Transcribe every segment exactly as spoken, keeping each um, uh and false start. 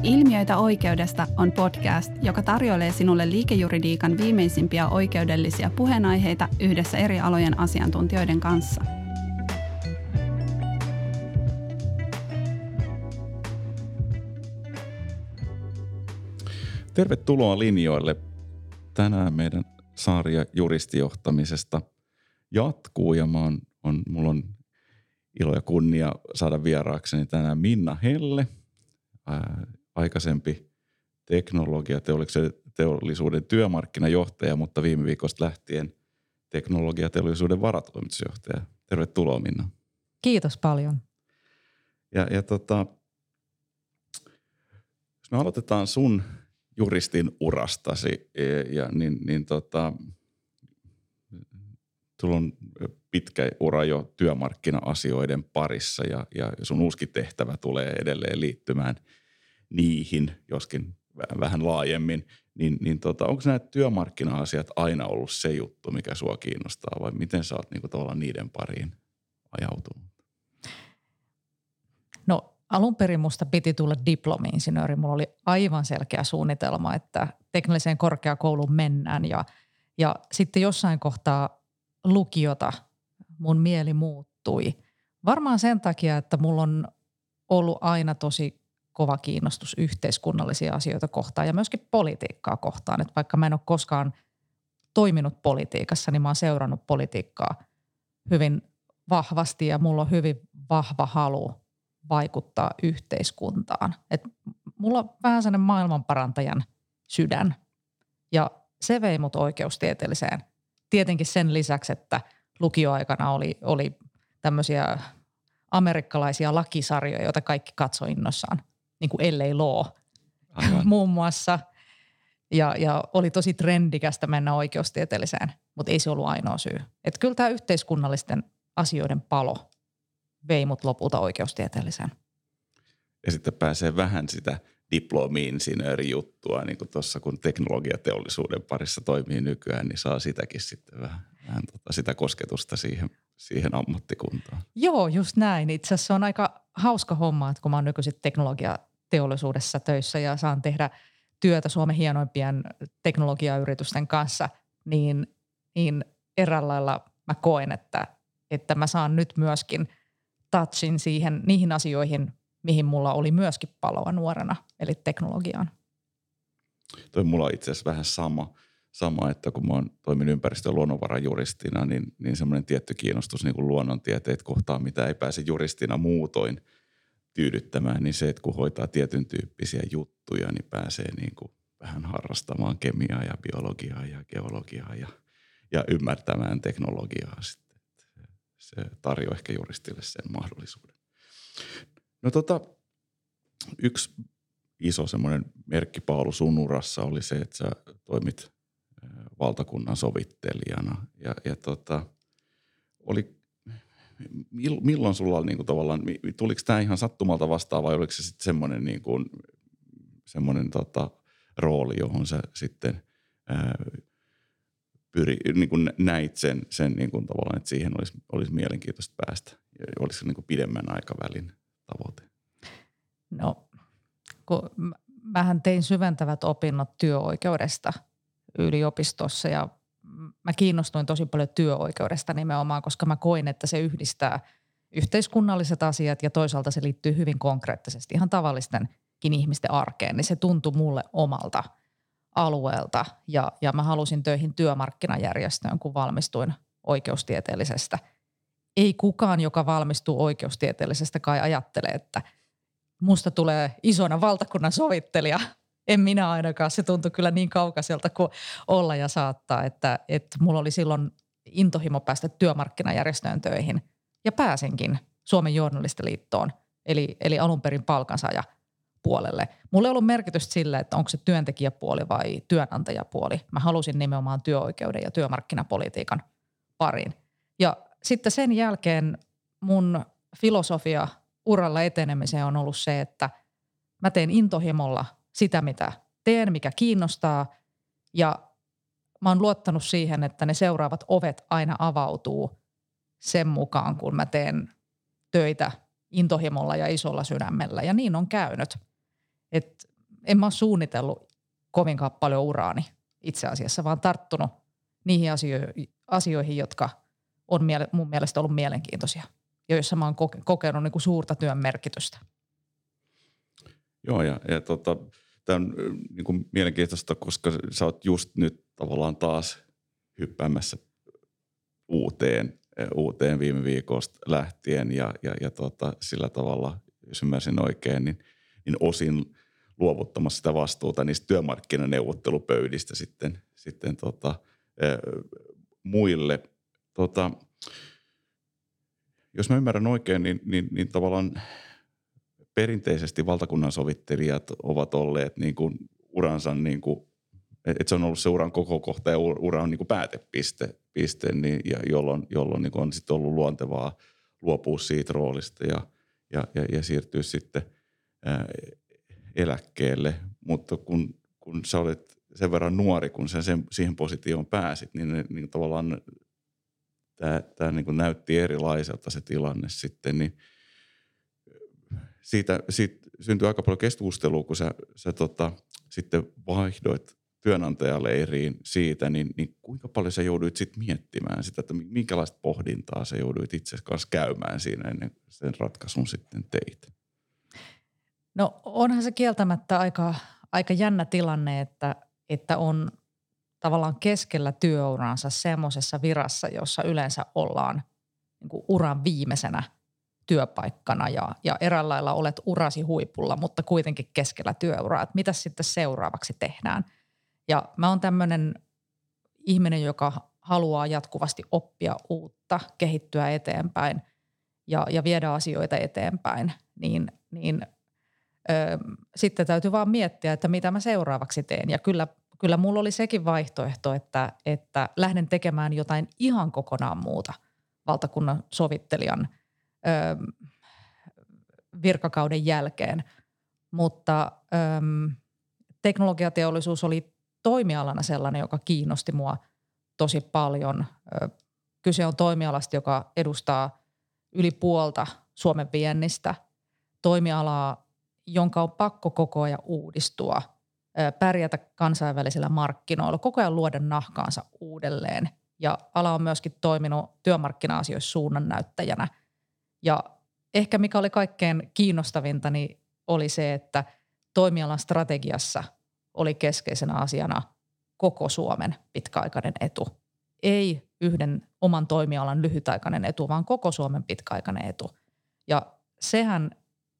Ilmiöitä oikeudesta on podcast, joka tarjoilee sinulle liikejuridiikan viimeisimpiä oikeudellisia puheenaiheita yhdessä eri alojen asiantuntijoiden kanssa. Tervetuloa linjoille. Tänään meidän sarja juristijohtamisesta jatkuu ja mä on, on, mulla on ilo ja kunnia saada vieraakseni tänään Minna Helle, ää, aikaisempi teknologiateollisuuden työmarkkinajohtaja, mutta viime viikosta lähtien teknologiateollisuuden varatoimitusjohtaja. Tervetuloa, Minna. Kiitos paljon. Ja, ja tota, jos me aloitetaan sun juristin urastasi, ja niin, niin tota, sulla on pitkä ura jo työmarkkina-asioiden parissa ja, ja sun uusi tehtävä tulee edelleen liittymään niihin, joskin vähän laajemmin, niin, niin tota, onko nämä työmarkkina-asiat aina ollut se juttu, mikä sua kiinnostaa vai miten sä oot niinku tavallaan niiden pariin ajautunut? No alun perin musta piti tulla diplomi-insinööri. Mulla oli aivan selkeä suunnitelma, että teknilliseen korkeakouluun mennään ja, ja sitten jossain kohtaa lukiota mun mieli muuttui. Varmaan sen takia, että mulla on ollut aina tosi kova kiinnostus yhteiskunnallisia asioita kohtaan ja myöskin politiikkaa kohtaan. Että vaikka mä en ole koskaan toiminut politiikassa, niin mä oon seurannut politiikkaa hyvin vahvasti ja mulla on hyvin vahva halu vaikuttaa yhteiskuntaan. Et mulla on vähän sellainen maailmanparantajan sydän ja se vei mut oikeustieteelliseen. Tietenkin sen lisäksi, että lukioaikana oli, oli tämmöisiä amerikkalaisia lakisarjoja, joita kaikki katsoi innossaan, niin kuin L A Law muun muassa. Ja, ja oli tosi trendikästä mennä oikeustieteelliseen, mutta ei se ollut ainoa syy. Että kyllä tämä yhteiskunnallisten asioiden palo vei mut lopulta oikeustieteelliseen. Ja sitten pääsee vähän sitä diplomi-insinöörijuttua, niin kuin tuossa kun teknologiateollisuuden parissa toimii nykyään, niin saa sitäkin sitten vähän, vähän tota, sitä kosketusta siihen, siihen ammattikuntaan. Joo, just näin. Itse asiassa on aika hauska homma, että kun mä oon nykyisin teknologiateollisuudessa töissä ja saan tehdä työtä Suomen hienoimpien teknologiayritysten kanssa, niin, niin eräällä lailla mä koen, että, että mä saan nyt myöskin touchin siihen, niihin asioihin, mihin mulla oli myöskin paloa nuorena, eli teknologiaan. Toi mulla on itse asiassa vähän sama, sama, että kun mä oon toiminut ympäristö- ja luonnonvarajuristina, niin, niin semmoinen tietty kiinnostus niin kuin luonnontieteet kohtaan, mitä ei pääse juristina muutoin tyydyttämään, niin se, että kun hoitaa tietyn tyyppisiä juttuja, niin pääsee niin kuin vähän harrastamaan kemiaa ja biologiaa ja geologiaa ja, ja ymmärtämään teknologiaa sitten. Se tarjoaa ehkä juristille sen mahdollisuuden. No tota, yksi iso semmoinen merkkipaalu sun urassa oli se, että sä toimit valtakunnan sovittelijana. Ja, ja tota, oli, milloin sulla oli niinku tavallaan, tuliko tämä ihan sattumalta vastaan vai oliko se sitten semmoinen niinku, semmoinen tota, rooli, johon sä sitten ää, pyri, niinku näit sen, sen niinku tavallaan, että siihen olisi, olisi mielenkiintoista päästä. Oliko se niinku pidemmän aikavälin tavoite? No, kun mähän tein syventävät opinnot työoikeudesta yliopistossa ja mä kiinnostuin tosi paljon työoikeudesta nimenomaan, koska mä koin, että se yhdistää yhteiskunnalliset asiat ja toisaalta se liittyy hyvin konkreettisesti ihan tavallistenkin ihmisten arkeen, niin se tuntui mulle omalta alueelta ja, ja mä halusin töihin työmarkkinajärjestöön, kun valmistuin oikeustieteellisestä. Ei kukaan, joka valmistuu oikeustieteellisestä, kai ajattele, että musta tulee isona valtakunnan sovittelija. En minä ainakaan. Se tuntui kyllä niin kaukaiselta kuin olla ja saattaa, että, että mulla oli silloin intohimo päästä työmarkkinajärjestöön töihin. Ja pääsinkin Suomen journalistiliittoon, eli, eli alun perin palkansaaja puolelle. Mulla ei ollut merkitystä sille, että onko se työntekijäpuoli vai työnantajapuoli. Mä halusin nimenomaan työoikeuden ja työmarkkinapolitiikan pariin. Ja sitten sen jälkeen mun filosofia uralla etenemiseen on ollut se, että mä teen intohimolla sitä, mitä teen, mikä kiinnostaa ja mä oon luottanut siihen, että ne seuraavat ovet aina avautuu sen mukaan, kun mä teen töitä intohimolla ja isolla sydämellä ja niin on käynyt. Et en mä ole suunnitellut kovinkaan paljon uraani itse asiassa, vaan tarttunut niihin asioihin, asioihin jotka on miele- mun mielestä ollut mielenkiintoisia ja joissa mä oon koke- kokenut niin kuin suurta työn merkitystä. Joo, ja, ja tota, tämä on niin kuin mielenkiintoista, koska sä oot just nyt tavallaan taas hyppäämässä uuteen, uuteen viime viikosta lähtien ja, ja, ja tota, sillä tavalla, jos ymmärsin oikein, niin, niin osin luovuttamassa sitä vastuuta niistä työmarkkinaneuvottelupöydistä sitten, sitten tota, äh, muille. Tota, jos mä ymmärrän oikein, niin, niin, niin tavallaan perinteisesti valtakunnan sovittelijat ovat olleet niin kuin uransa, niin kuin, että se on ollut se uran koko kohta ja ura on niin kuin päätepiste, piste, niin, ja jolloin, jolloin niin kuin on sitten ollut luontevaa luopua siitä roolista ja, ja, ja, ja siirtyä sitten ää, eläkkeelle. Mutta kun, kun sä olet sen verran nuori, kun sä sen, siihen positioon pääsit, niin, niin tavallaan tämä, tämä niin kuin näytti erilaiselta se tilanne sitten, niin Siitä, siitä syntyi aika paljon keskustelua, kun sä, sä tota, sitten vaihdoit työnantajaleiriin siitä, niin, niin kuinka paljon sä jouduit sitten miettimään sitä, että minkälaista pohdintaa sä jouduit itse kanssa käymään siinä ennen kuin sen ratkaisun sitten teit? No onhan se kieltämättä aika, aika jännä tilanne, että, että on tavallaan keskellä työuransa semmoisessa virassa, jossa yleensä ollaan niin kuin uran viimeisenä työpaikkana ja, ja eräällä lailla olet urasi huipulla, mutta kuitenkin keskellä työuraa, että mitä sitten seuraavaksi tehdään. Ja mä oon tämmöinen ihminen, joka haluaa jatkuvasti oppia uutta, kehittyä eteenpäin ja, ja viedä asioita eteenpäin, niin, niin ö, sitten täytyy vaan miettiä, että mitä mä seuraavaksi teen. Ja kyllä, kyllä mulla oli sekin vaihtoehto, että, että lähden tekemään jotain ihan kokonaan muuta valtakunnan sovittelijan Ö, virkakauden jälkeen, mutta ö, teknologiateollisuus oli toimialana sellainen, joka kiinnosti mua tosi paljon. Ö, kyse on toimialasta, joka edustaa yli puolta Suomen viennistä, toimialaa, jonka on pakko koko ajan uudistua, ö, pärjätä kansainvälisillä markkinoilla, koko ajan luoda nahkaansa uudelleen ja ala on myöskin toiminut työmarkkina-asioissa suunnannäyttäjänä. Ja ehkä mikä oli kaikkein kiinnostavinta, niin oli se, että toimialan strategiassa oli keskeisenä asiana koko Suomen pitkäaikainen etu. Ei yhden oman toimialan lyhytaikainen etu, vaan koko Suomen pitkäaikainen etu. Ja sehän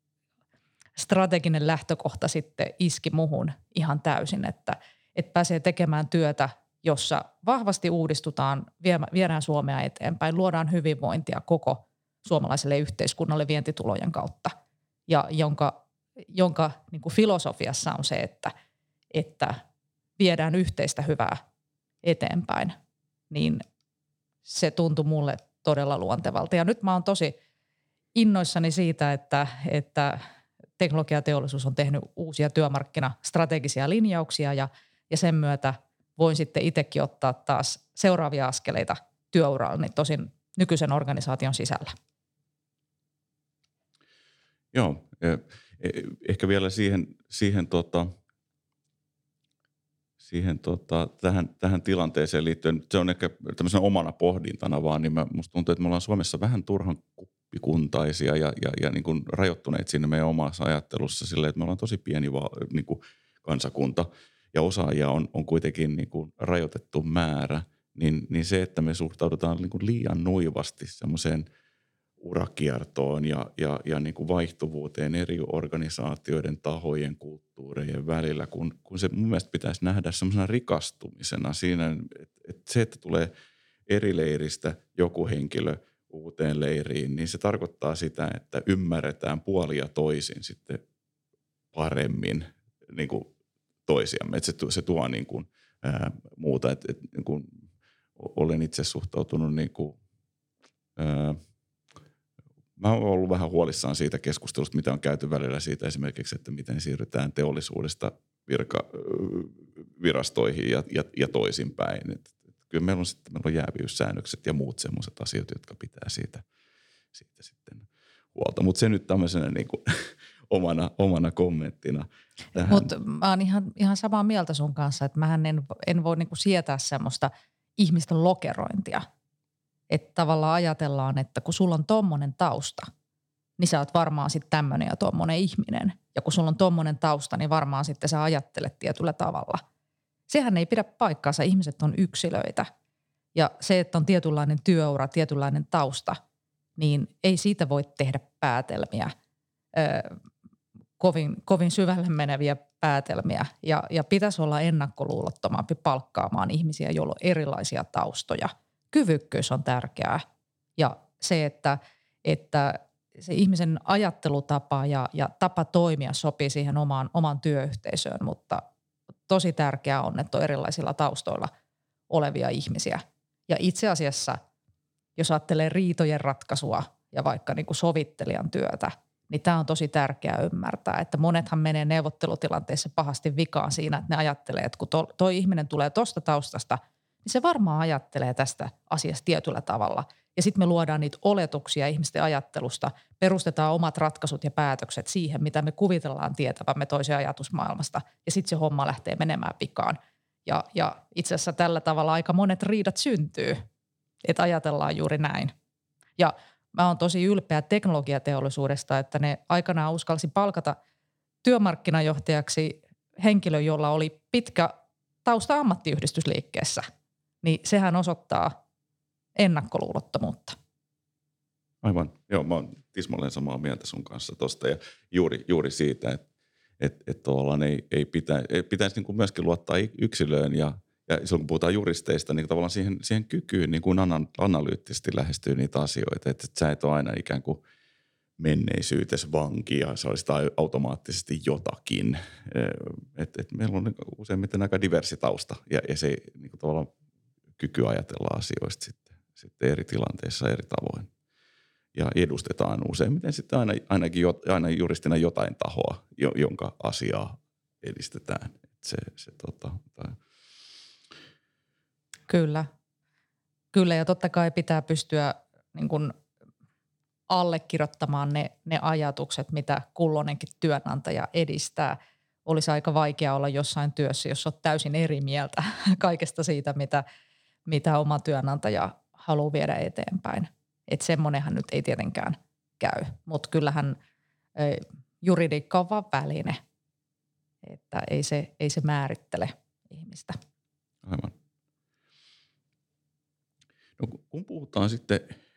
strateginen lähtökohta sitten iski muhun ihan täysin, että, että pääsee tekemään työtä, jossa vahvasti uudistutaan, viedään Suomea eteenpäin, luodaan hyvinvointia koko suomalaiselle yhteiskunnalle vientitulojen kautta, ja jonka, jonka niin kuin filosofiassa on se, että, että viedään yhteistä hyvää eteenpäin, niin se tuntui mulle todella luontevalta. Ja nyt mä oon tosi innoissani siitä, että, että teknologiateollisuus on tehnyt uusia työmarkkinastrategisia linjauksia, ja, ja sen myötä voin sitten itsekin ottaa taas seuraavia askeleita työurallani, tosin nykyisen organisaation sisällä. Joo, ehkä vielä siihen, siihen, tota, siihen tota, tähän, tähän tilanteeseen liittyen, se on ehkä tämmöisenä omana pohdintana vaan, niin mä, musta tuntuu, että me ollaan Suomessa vähän turhan kuppikuntaisia ja, ja, ja niin kuin rajoittuneet siinä meidän omassa ajattelussa silleen, että me ollaan tosi pieni va, niin kuin kansakunta ja osaajia on, on kuitenkin niin kuin rajoitettu määrä, niin, niin se, että me suhtaudutaan niin kuin liian nuivasti semmoiseen urakiertoon ja, ja, ja niin kuin vaihtuvuuteen eri organisaatioiden, tahojen, kulttuurejen välillä, kun, kun se mun mielestä pitäisi nähdä semmoisena rikastumisena siinä, että, että se, että tulee eri leiristä joku henkilö uuteen leiriin, niin se tarkoittaa sitä, että ymmärretään puoli ja toisin sitten paremmin niin kuin toisiamme. Että se, se tuo niin kuin, ää, muuta. Että, että, niin kuin olen itse suhtautunut niin kuin, ää, mä oon ollut vähän huolissaan siitä keskustelusta, mitä on käyty välillä siitä esimerkiksi, että miten siirrytään teollisuudesta virka, virastoihin ja, ja, ja toisinpäin. Et, et kyllä meillä on sitten meillä on jääviyssäännökset ja muut semmoiset asiat, jotka pitää siitä, siitä sitten huolta. Mutta se nyt tämmöisenä niin kuin omana, omana kommenttina. Mutta mä oon ihan, ihan samaa mieltä sun kanssa, että mähän en, en voi niinku sietää semmoista ihmisten lokerointia. Että tavallaan ajatellaan, että kun sulla on tommonen tausta, niin sä oot varmaan sitten tämmöinen ja tommonen ihminen. Ja kun sulla on tommonen tausta, niin varmaan sitten sä ajattelet tietyllä tavalla. Sehän ei pidä paikkaansa, ihmiset on yksilöitä. Ja se, että on tietynlainen työura, tietynlainen tausta, niin ei siitä voi tehdä päätelmiä, ö, kovin, kovin syvälle meneviä päätelmiä. Ja, ja pitäisi olla ennakkoluulottomampi palkkaamaan ihmisiä, joilla on erilaisia taustoja. Kyvykkyys on tärkeää ja se, että, että se ihmisen ajattelutapa ja, ja tapa toimia sopii siihen omaan, omaan työyhteisöön, mutta tosi tärkeää on, että on erilaisilla taustoilla olevia ihmisiä. Ja itse asiassa, jos ajattelee riitojen ratkaisua ja vaikka niin kuin sovittelijan työtä, niin tämä on tosi tärkeää ymmärtää, että monethan menee neuvottelutilanteessa pahasti vikaan siinä, että ne ajattelee, että kun to, toi ihminen tulee tuosta taustasta, niin se varmaan ajattelee tästä asiasta tietyllä tavalla. Ja sitten me luodaan niitä oletuksia ihmisten ajattelusta, perustetaan omat ratkaisut ja päätökset siihen, mitä me kuvitellaan tietävämme toisen ajatusmaailmasta. Ja sitten se homma lähtee menemään vikaan. Ja, ja itse asiassa tällä tavalla aika monet riidat syntyy, että ajatellaan juuri näin. Ja mä oon tosi ylpeä teknologiateollisuudesta, että ne aikanaan uskalsi palkata työmarkkinajohtajaksi henkilö, jolla oli pitkä tausta ammattiyhdistysliikkeessä. Niin sehän osoittaa ennakkoluulottomuutta. Aivan. Joo, mä oon tismalleen samaa mieltä sun kanssa tosta ja juuri, juuri siitä, että et, et tavallaan ei, ei, pitä, ei pitäisi niin kuin myöskin luottaa yksilöön ja, ja silloin kun puhutaan juristeista, niin tavallaan siihen, siihen kykyyn niin kuin analyyttisesti lähestyy niitä asioita, että et sä et ole aina ikään kuin menneisyytes vanki ja se olisi automaattisesti jotakin. Että et meillä on useimmiten aika diversi tausta ja, ja se niin kuin tavallaan kyky ajatella asioista sitten, sitten eri tilanteissa eri tavoin. Ja edustetaan useimmiten sitten aina, ainakin jo, aina juristina jotain tahoa, jonka asiaa edistetään. Et se, se, tota, tai... Kyllä. Kyllä ja totta kai pitää pystyä niin kuin allekirjoittamaan ne, ne ajatukset, mitä kulloinenkin työnantaja edistää. Olisi aika vaikea olla jossain työssä, jos olet täysin eri mieltä kaikesta siitä, mitä, mitä oma työnantaja haluaa viedä eteenpäin. Että semmoinenhan nyt ei tietenkään käy, mutta kyllähän e, juridiikka on vaan väline, että ei se, ei se määrittele ihmistä. Aivan. No kun puhutaan sitten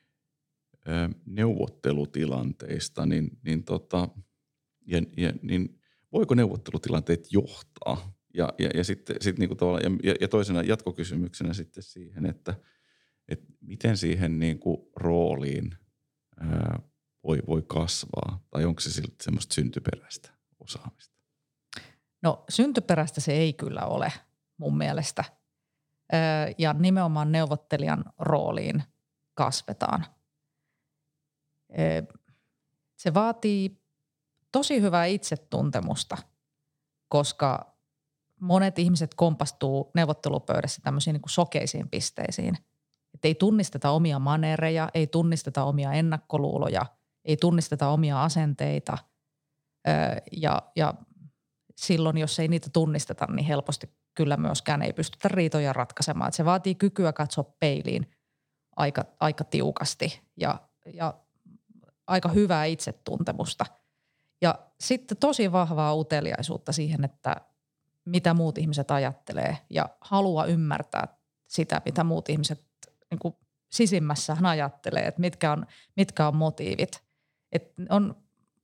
neuvottelutilanteista, niin, niin, tota, ja, ja, niin voiko neuvottelutilanteet johtaa? Ja, ja, ja sitten sit niinku tavallaan, ja, ja toisena jatkokysymyksenä sitten siihen, että et miten siihen niinku rooliin ää, voi, voi kasvaa, tai onko se silti semmoista syntyperäistä osaamista? No syntyperäistä se ei kyllä ole mun mielestä. Ää, ja nimenomaan neuvottelijan rooliin kasvetaan. Se vaatii tosi hyvää itsetuntemusta, koska monet ihmiset kompastuu neuvottelupöydässä tämmöisiin niin kuin sokeisiin pisteisiin. Että ei tunnisteta omia maneereja, ei tunnisteta omia ennakkoluuloja, ei tunnisteta omia asenteita. Ja, ja silloin, jos ei niitä tunnisteta, niin helposti kyllä myöskään ei pystytä riitoja ratkaisemaan. Että se vaatii kykyä katsoa peiliin aika, aika tiukasti ja, ja aika hyvää itsetuntemusta. Ja sitten tosi vahvaa uteliaisuutta siihen, että mitä muut ihmiset ajattelee ja halua ymmärtää sitä, mitä muut ihmiset niin kuin sisimmässään ajattelee, että mitkä on, mitkä on motiivit. Että on,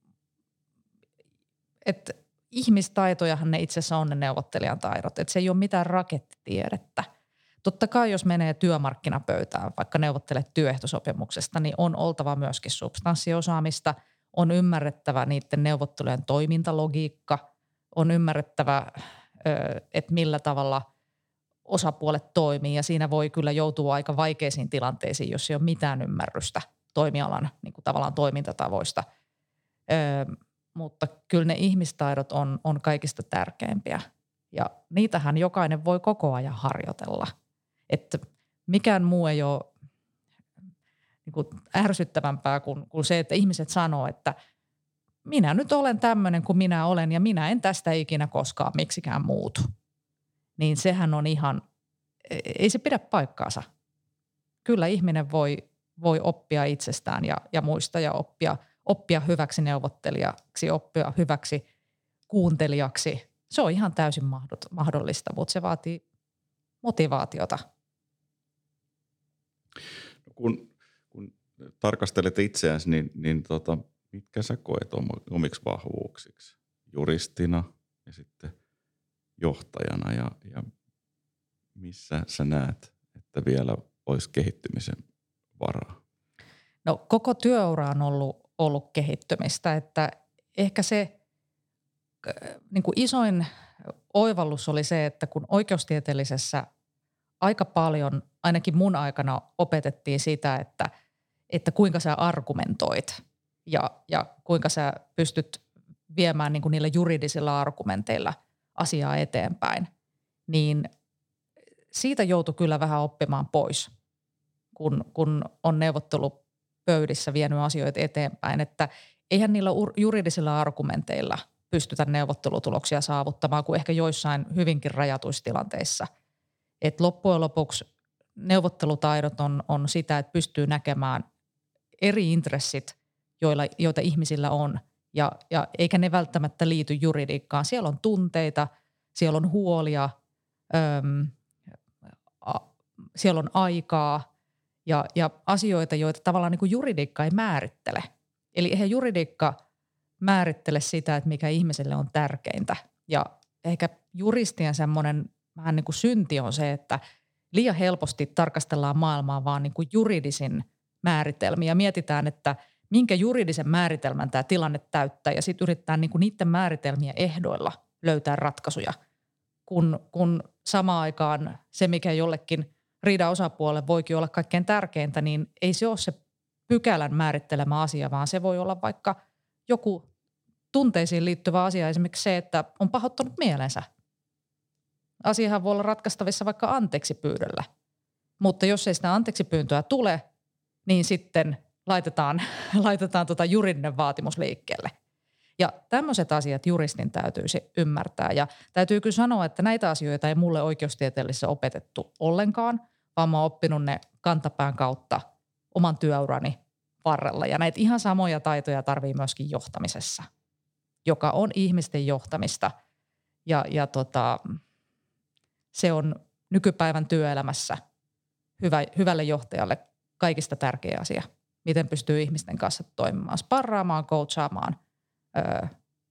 että ihmistaitojahan ne itse asiassa on ne neuvottelijan taidot, että se ei ole mitään rakettitiedettä. Totta kai, jos menee työmarkkinapöytään, vaikka neuvottelet työehtosopimuksesta, niin on oltava myöskin substanssiosaamista, on ymmärrettävä niiden neuvottelujen toimintalogiikka, on ymmärrettävä, että millä tavalla osapuolet toimii ja siinä voi kyllä joutua aika vaikeisiin tilanteisiin, jos ei ole mitään ymmärrystä toimialan niin kuin tavallaan toimintatavoista. Mutta kyllä ne ihmistaidot on, on kaikista tärkeimpiä ja niitähän jokainen voi koko ajan harjoitella. Että mikään muu ei ole niin kuin ärsyttävämpää kuin, kuin se, että ihmiset sanoo, että minä nyt olen tämmöinen kuin minä olen ja minä en tästä ikinä koskaan miksikään muutu. Niin sehän on ihan, ei se pidä paikkaansa. Kyllä ihminen voi, voi oppia itsestään ja, ja muista ja oppia, oppia hyväksi neuvottelijaksi, oppia hyväksi kuuntelijaksi. Se on ihan täysin mahdollista, mutta se vaatii motivaatiota. Kun, kun tarkastelet itseäsi, niin, niin tota, mitkä sä koet omiksi vahvuuksiksi? Juristina ja sitten johtajana ja, ja missä sä näet, että vielä olisi kehittymisen varaa? No koko työura on ollut, ollut kehittymistä, että ehkä se niin kuin isoin oivallus oli se, että kun oikeustieteellisessä aika paljon, ainakin mun aikana opetettiin sitä, että, että kuinka sä argumentoit ja, ja kuinka sä pystyt viemään niin kuin niillä juridisilla argumenteilla asiaa eteenpäin, niin siitä joutui kyllä vähän oppimaan pois, kun, kun on neuvottelupöydissä vienyt asioita eteenpäin, että eihän niillä juridisilla argumenteilla pystytä neuvottelutuloksia saavuttamaan kuin ehkä joissain hyvinkin rajatuissa tilanteissa. Et loppujen lopuksi neuvottelutaidot on, on sitä, että pystyy näkemään eri intressit, joilla, joita ihmisillä on, ja, ja eikä ne välttämättä liity juridiikkaan. Siellä on tunteita, siellä on huolia, öm, a, siellä on aikaa ja, ja asioita, joita tavallaan niin kuin juridiikka ei määrittele. Eli eihän juridiikka määrittele sitä, että mikä ihmiselle on tärkeintä. Ja ehkä juristien semmoinen vähän niin kuin synti on se, että liian helposti tarkastellaan maailmaa vaan niin kuin juridisin määritelmiä ja mietitään, että minkä juridisen määritelmän tämä tilanne täyttää ja sitten yritetään niin kuin niiden määritelmien ehdoilla löytää ratkaisuja, kun, kun samaan aikaan se, mikä jollekin riidan osapuolelle voikin olla kaikkein tärkeintä, niin ei se ole se pykälän määrittelemä asia, vaan se voi olla vaikka joku tunteisiin liittyvä asia, esimerkiksi se, että on pahoittanut mielensä. Asiahan voi olla ratkaistavissa vaikka anteeksi pyydöllä, mutta jos ei sitä anteeksi pyyntöä tule, niin sitten laitetaan, laitetaan tota juridinen vaatimus liikkeelle. Ja tämmöiset asiat juristin täytyisi ymmärtää ja täytyy kyllä sanoa, että näitä asioita ei mulle oikeustieteellisessä opetettu ollenkaan, vaan mä oon oppinut ne kantapään kautta oman työurani varrella. Ja näitä ihan samoja taitoja tarvii myöskin johtamisessa, joka on ihmisten johtamista ja, ja tota, se on nykypäivän työelämässä hyvä, hyvälle johtajalle kaikista tärkeä asia. Miten pystyy ihmisten kanssa toimimaan, sparraamaan, coachaamaan, öö,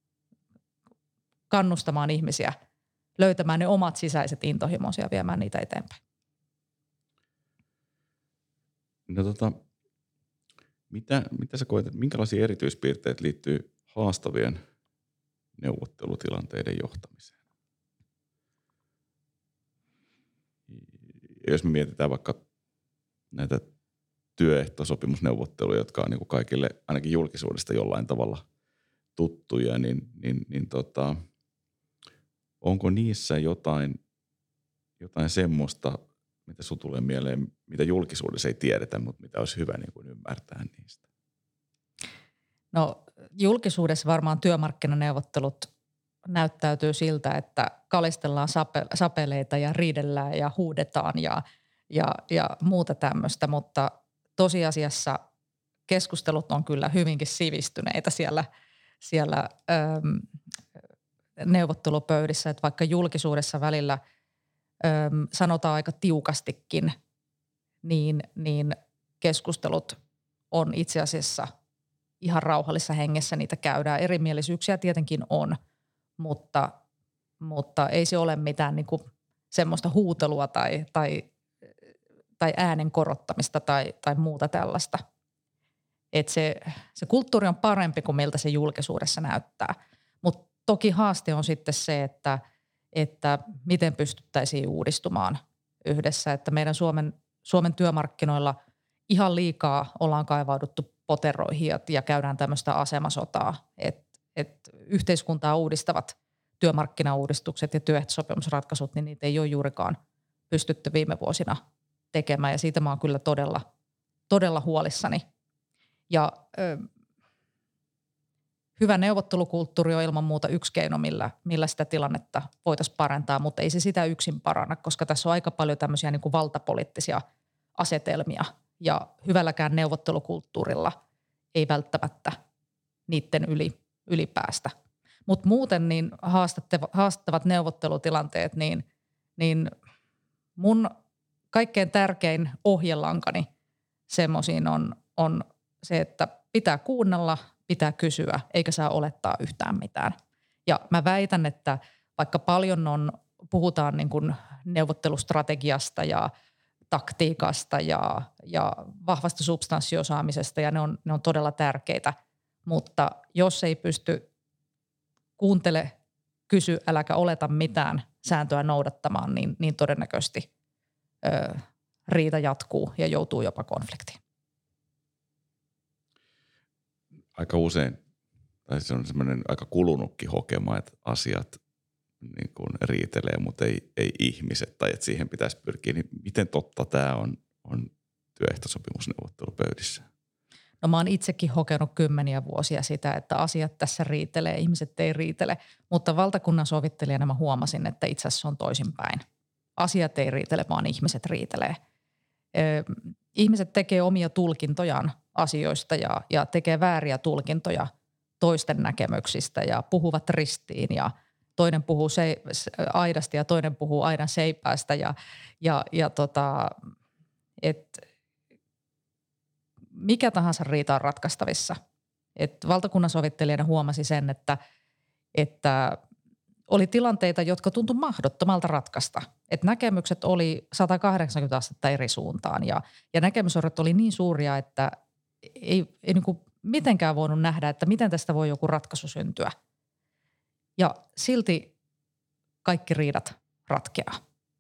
kannustamaan ihmisiä, löytämään ne omat sisäiset intohimonsa ja viemään niitä eteenpäin. No tota, mitä, mitä sä koet, että minkälaisia erityispiirteitä liittyy haastavien neuvottelutilanteiden johtamiseen? Jos me mietitään vaikka näitä työehtosopimusneuvotteluja, jotka on niin kuin kaikille ainakin julkisuudesta jollain tavalla tuttuja, niin, niin, niin tota, onko niissä jotain, jotain semmoista, mitä sun tulee mieleen, mitä julkisuudessa ei tiedetä, mutta mitä olisi hyvä niin kuin ymmärtää niistä? No julkisuudessa varmaan työmarkkinaneuvottelut näyttäytyy siltä, että kalistellaan sape, sapeleita ja riidellään ja huudetaan ja, ja, ja muuta tämmöistä, mutta tosiasiassa keskustelut on kyllä hyvinkin sivistyneitä siellä, siellä äm, neuvottelupöydissä, että vaikka julkisuudessa välillä äm, sanotaan aika tiukastikin, niin, niin keskustelut on itse asiassa ihan rauhallisessa hengessä, niitä käydään. Erimielisyyksiä tietenkin on, mutta, mutta ei se ole mitään niin kuin semmoista huutelua tai, tai, tai äänen korottamista tai, tai muuta tällaista. Et se, se kulttuuri on parempi kuin miltä se julkisuudessa näyttää. Mutta toki haaste on sitten se, että, että miten pystyttäisiin uudistumaan yhdessä. Että meidän Suomen, Suomen työmarkkinoilla ihan liikaa ollaan kaivauduttu poteroihin ja käydään tämmöistä asemasotaa, että et yhteiskuntaa uudistavat työmarkkinauudistukset ja työehtosopimusratkaisut, niin niitä ei ole juurikaan pystytty viime vuosina tekemään ja siitä mä oon kyllä todella, todella huolissani. Ja ö, hyvä neuvottelukulttuuri on ilman muuta yksi keino, millä, millä sitä tilannetta voitaisiin parantaa, mutta ei se sitä yksin paranna, koska tässä on aika paljon tämmöisiä niin kuin valtapoliittisia asetelmia ja hyvälläkään neuvottelukulttuurilla ei välttämättä niiden yli, ylipäästä. Mutta muuten niin haastavat neuvottelutilanteet, niin, niin mun kaikkein tärkein ohjelankani semmoisiin on, on se, että pitää kuunnella, pitää kysyä, eikä saa olettaa yhtään mitään. Ja mä väitän, että vaikka paljon on, puhutaan niin kuin neuvottelustrategiasta ja taktiikasta ja, ja vahvasta substanssiosaamisesta ja ne on, ne on todella tärkeitä, mutta jos ei pysty kuuntele, kysy, äläkä oleta mitään sääntöä noudattamaan, niin, niin todennäköisesti ö, riita jatkuu ja joutuu jopa konfliktiin. Aika usein, tai se on semmoinen aika kulunutkin hokema, että asiat niin kuin riitelee, mutta ei, ei ihmiset, tai että siihen pitäisi pyrkiä. Niin miten totta tämä on, on työehtosopimusneuvottelupöydissä? No mä oon itsekin hokenut kymmeniä vuosia sitä, että asiat tässä riitelee, ihmiset ei riitele, mutta valtakunnan sovittelijana mä huomasin, että itse asiassa on toisinpäin. Asiat ei riitele, vaan ihmiset riitelee. Ö, ihmiset tekee omia tulkintojaan asioista ja, ja tekee vääriä tulkintoja toisten näkemyksistä ja puhuvat ristiin ja toinen puhuu se, aidasta ja toinen puhuu aidan seipäästä ja, ja, ja tota, että mikä tahansa riita on ratkaistavissa. Et valtakunnan sovittelijana huomasi sen, että, että oli tilanteita, jotka tuntui mahdottomalta ratkaista. Et näkemykset oli sata kahdeksankymmentä astetta eri suuntaan ja, ja näkemyserot oli niin suuria, että ei, ei niin kuin mitenkään voinut nähdä, että miten tästä voi joku ratkaisu syntyä. Ja silti kaikki riidat ratkeaa.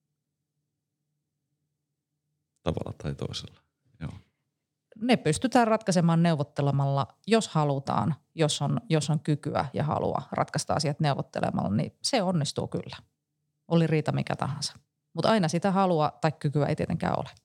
Tavalla tai toisella, joo. Ne pystytään ratkaisemaan neuvottelemalla, jos halutaan, jos on, jos on kykyä ja halua ratkaista asiat neuvottelemalla, niin se onnistuu kyllä. Oli riita mikä tahansa. Mutta aina sitä halua tai kykyä ei tietenkään ole.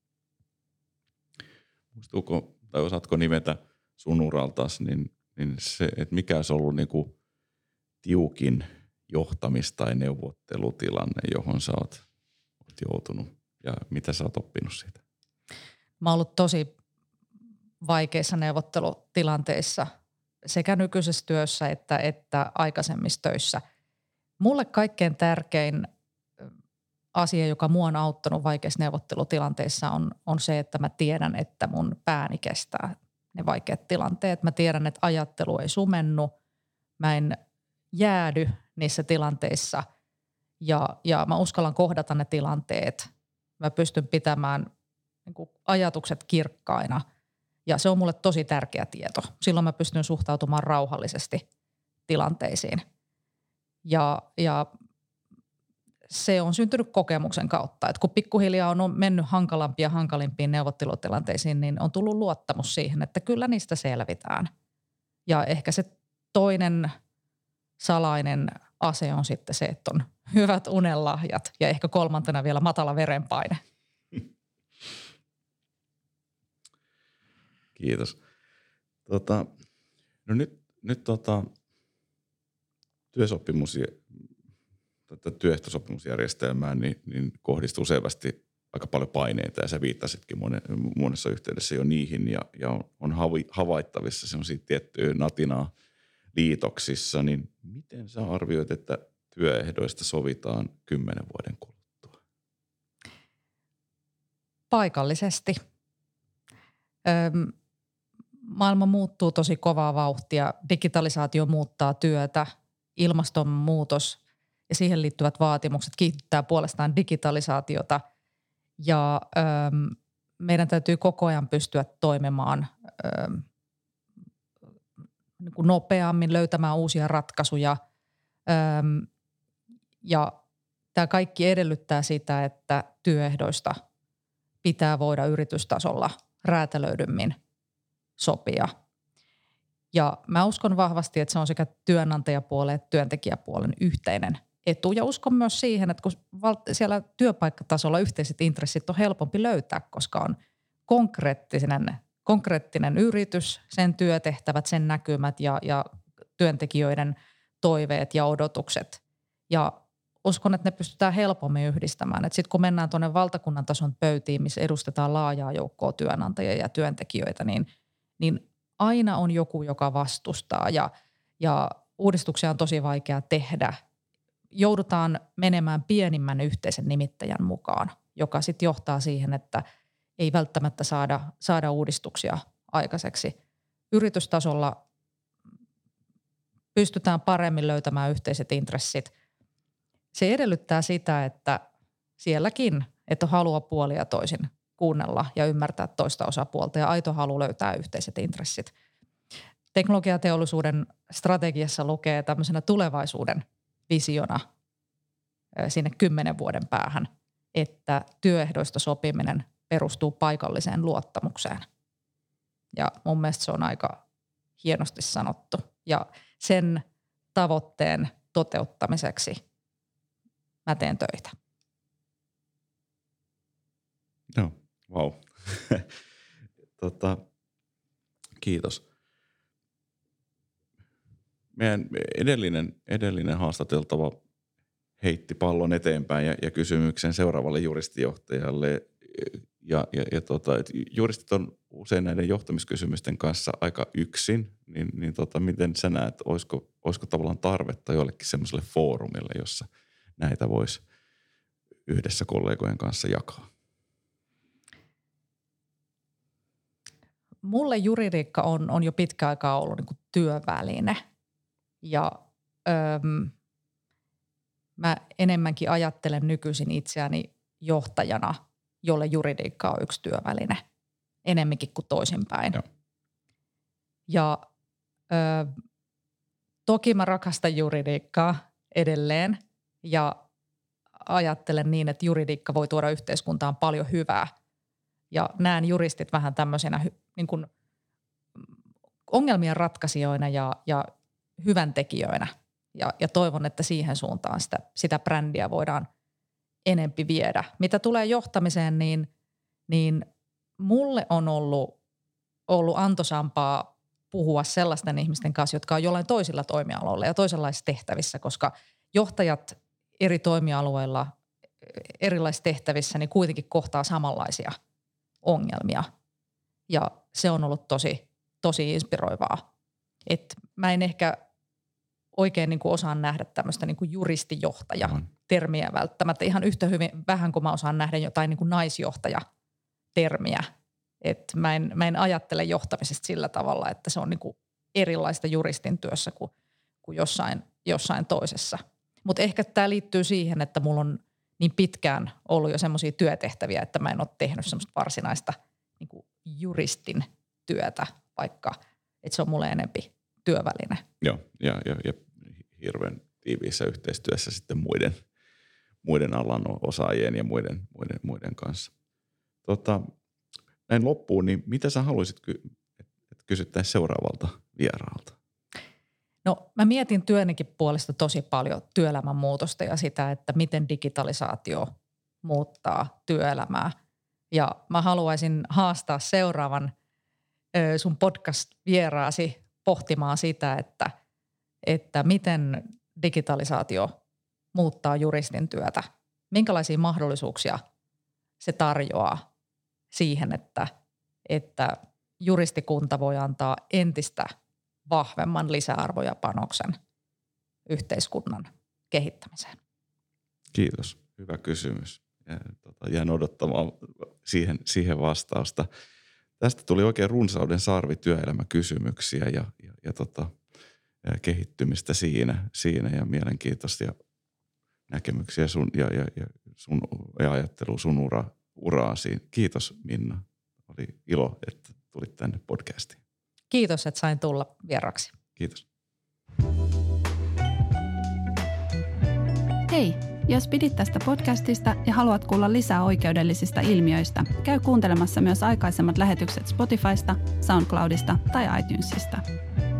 Muistuuko tai osaatko nimetä sun uraltas, niin, niin se, että mikä olisi ollut niinku tiukin johtamis- tai neuvottelutilanne, johon sä oot, oot joutunut ja mitä sä oot oppinut siitä? Mä oon ollut tosi vaikeissa neuvottelutilanteissa sekä nykyisessä työssä että, että aikaisemmissa töissä. Mulle kaikkein tärkein asia, joka mua on auttanut vaikeissa neuvottelutilanteissa on, on se, että mä tiedän, että mun pääni kestää ne vaikeat tilanteet. Mä tiedän, että ajattelu ei sumennu. Mä en jäädy niissä tilanteissa ja, ja mä uskallan kohdata ne tilanteet. Mä pystyn pitämään niin kuin ajatukset kirkkaina ja se on mulle tosi tärkeä tieto. Silloin mä pystyn suhtautumaan rauhallisesti tilanteisiin ja, ja se on syntynyt kokemuksen kautta, että kun pikkuhiljaa on mennyt hankalampiin ja hankalimpiin neuvottelutilanteisiin, niin on tullut luottamus siihen, että kyllä niistä selvitään. Ja ehkä se toinen salainen ase on sitten se, että on hyvät unenlahjat ja ehkä kolmantena vielä matala verenpaine. Kiitos. Tota, no nyt, nyt tota, työsopimus tätä työehtosopimusjärjestelmään, niin, niin kohdistuu selvästi aika paljon paineita ja sä viittasitkin monessa yhteydessä jo niihin ja, ja on, on havaittavissa semmoisia tiettyjä natinaa liitoksissa, niin miten sä arvioit, että työehdoista sovitaan kymmenen vuoden kuluttua? Paikallisesti. Öm, maailma muuttuu tosi kovaa vauhtia, digitalisaatio muuttaa työtä, ilmastonmuutos ja siihen liittyvät vaatimukset kiihdyttää puolestaan digitalisaatiota ja öm, meidän täytyy koko ajan pystyä toimimaan öm, niin kuin nopeammin, löytämään uusia ratkaisuja öm, ja tämä kaikki edellyttää sitä, että työehdoista pitää voida yritystasolla räätälöidymmin sopia. Ja mä uskon vahvasti, että se on sekä työnantajapuolen että työntekijäpuolen yhteinen etu. Ja uskon myös siihen, että kun siellä työpaikkatasolla yhteiset intressit on helpompi löytää, koska on konkreettinen, konkreettinen yritys, sen työtehtävät, sen näkymät ja, ja työntekijöiden toiveet ja odotukset. Ja uskon, että ne pystytään helpommin yhdistämään. Sitten kun mennään tuonne valtakunnan tason pöytiin, missä edustetaan laajaa joukkoa työnantajia ja työntekijöitä, niin, niin aina on joku, joka vastustaa ja, ja uudistuksia on tosi vaikea tehdä. Joudutaan menemään pienimmän yhteisen nimittäjän mukaan, joka sitten johtaa siihen, että ei välttämättä saada, saada uudistuksia aikaiseksi. Yritystasolla pystytään paremmin löytämään yhteiset intressit. Se edellyttää sitä, että sielläkin, että halua puolia toisin kuunnella ja ymmärtää toista osapuolta ja aito halu löytää yhteiset intressit. Teknologiateollisuuden strategiassa lukee tämmöisenä tulevaisuuden visiona sinne kymmenen vuoden päähän, että työehdoista sopiminen perustuu paikalliseen luottamukseen. Ja mun mielestä se on aika hienosti sanottu. Ja sen tavoitteen toteuttamiseksi mä teen töitä. Joo, vau. Wow. tota, kiitos. Meidän edellinen, edellinen haastateltava heitti pallon eteenpäin ja, ja kysymyksen seuraavalle juristijohtajalle. Ja, ja, ja tota, et juristit on usein näiden johtamiskysymysten kanssa aika yksin, niin, niin tota, miten sä näet, olisiko, olisiko tavallaan tarvetta jollekin semmoiselle foorumille, jossa näitä voisi yhdessä kollegojen kanssa jakaa? Mulle juridiikka on, on jo pitkä aikaa ollut niin kuin työväline ja öm, mä enemmänkin ajattelen nykyisin itseäni johtajana, jolle juridiikka on yksi työväline, enemmänkin kuin toisinpäin. Joo. Ja ö, toki mä rakastan juridiikkaa edelleen ja ajattelen niin, että juridiikka voi tuoda yhteiskuntaan paljon hyvää. Ja näen juristit vähän tämmöisenä niin kuin ongelmien ratkaisijoina ja, ja hyvän tekijöinä. Ja, ja toivon, että siihen suuntaan sitä, sitä brändiä voidaan enempi viedä. Mitä tulee johtamiseen, niin, niin mulle on ollut, ollut antoisampaa puhua sellaisten ihmisten kanssa, jotka on jollain toisilla toimialoilla ja toisenlaisissa tehtävissä, koska johtajat eri toimialueilla erilaisissa tehtävissä niin kuitenkin kohtaa samanlaisia ongelmia. Ja se on ollut tosi, tosi inspiroivaa. Et mä en ehkä oikein niin kuin osaan nähdä tämmöistä niin kuin juristijohtaja-termiä välttämättä. Ihan yhtä hyvin vähän kuin mä osaan nähdä jotain niin kuin naisjohtaja-termiä. Et mä, en, mä en ajattele johtamisesta sillä tavalla, että se on niin kuin erilaista juristin työssä kuin, kuin jossain, jossain toisessa. Mutta ehkä tämä liittyy siihen, että mulla on niin pitkään ollut jo semmoisia työtehtäviä, että mä en ole tehnyt semmoista varsinaista niin kuin juristin työtä, vaikka että se on mulle enempi työväline. Joo, ja, ja, ja hirveän tiiviissä yhteistyössä sitten muiden, muiden alan osaajien ja muiden, muiden, muiden kanssa. Tota, näin loppuun, niin mitä sä haluaisit, että kysyttäisiin seuraavalta vieraalta? No mä mietin työnikin puolesta tosi paljon työelämän muutosta ja sitä, että miten digitalisaatio muuttaa työelämää. Ja mä haluaisin haastaa seuraavan ö, sun podcast-vieraasi pohtimaan sitä, että, että miten digitalisaatio muuttaa juristin työtä. Minkälaisia mahdollisuuksia se tarjoaa siihen, että, että juristikunta voi antaa entistä vahvemman lisäarvo ja panoksen yhteiskunnan kehittämiseen. Kiitos. Hyvä kysymys. Ja, tota, jään odottamaan siihen, siihen vastausta. Tästä tuli oikein runsauden sarvi työelämäkysymyksiä ja, ja, ja, tota, ja kehittymistä siinä, siinä ja mielenkiintoisia näkemyksiä sun, ja, ja, ja, sun, ja ajattelu sun ura, uraasi. Kiitos Minna. Oli ilo, että tulit tänne podcastiin. Kiitos, että sain tulla vieraksi. Kiitos. Hei, jos pidit tästä podcastista ja haluat kuulla lisää oikeudellisista ilmiöistä, käy kuuntelemassa myös aikaisemmat lähetykset Spotifysta, SoundCloudista tai iTunesista.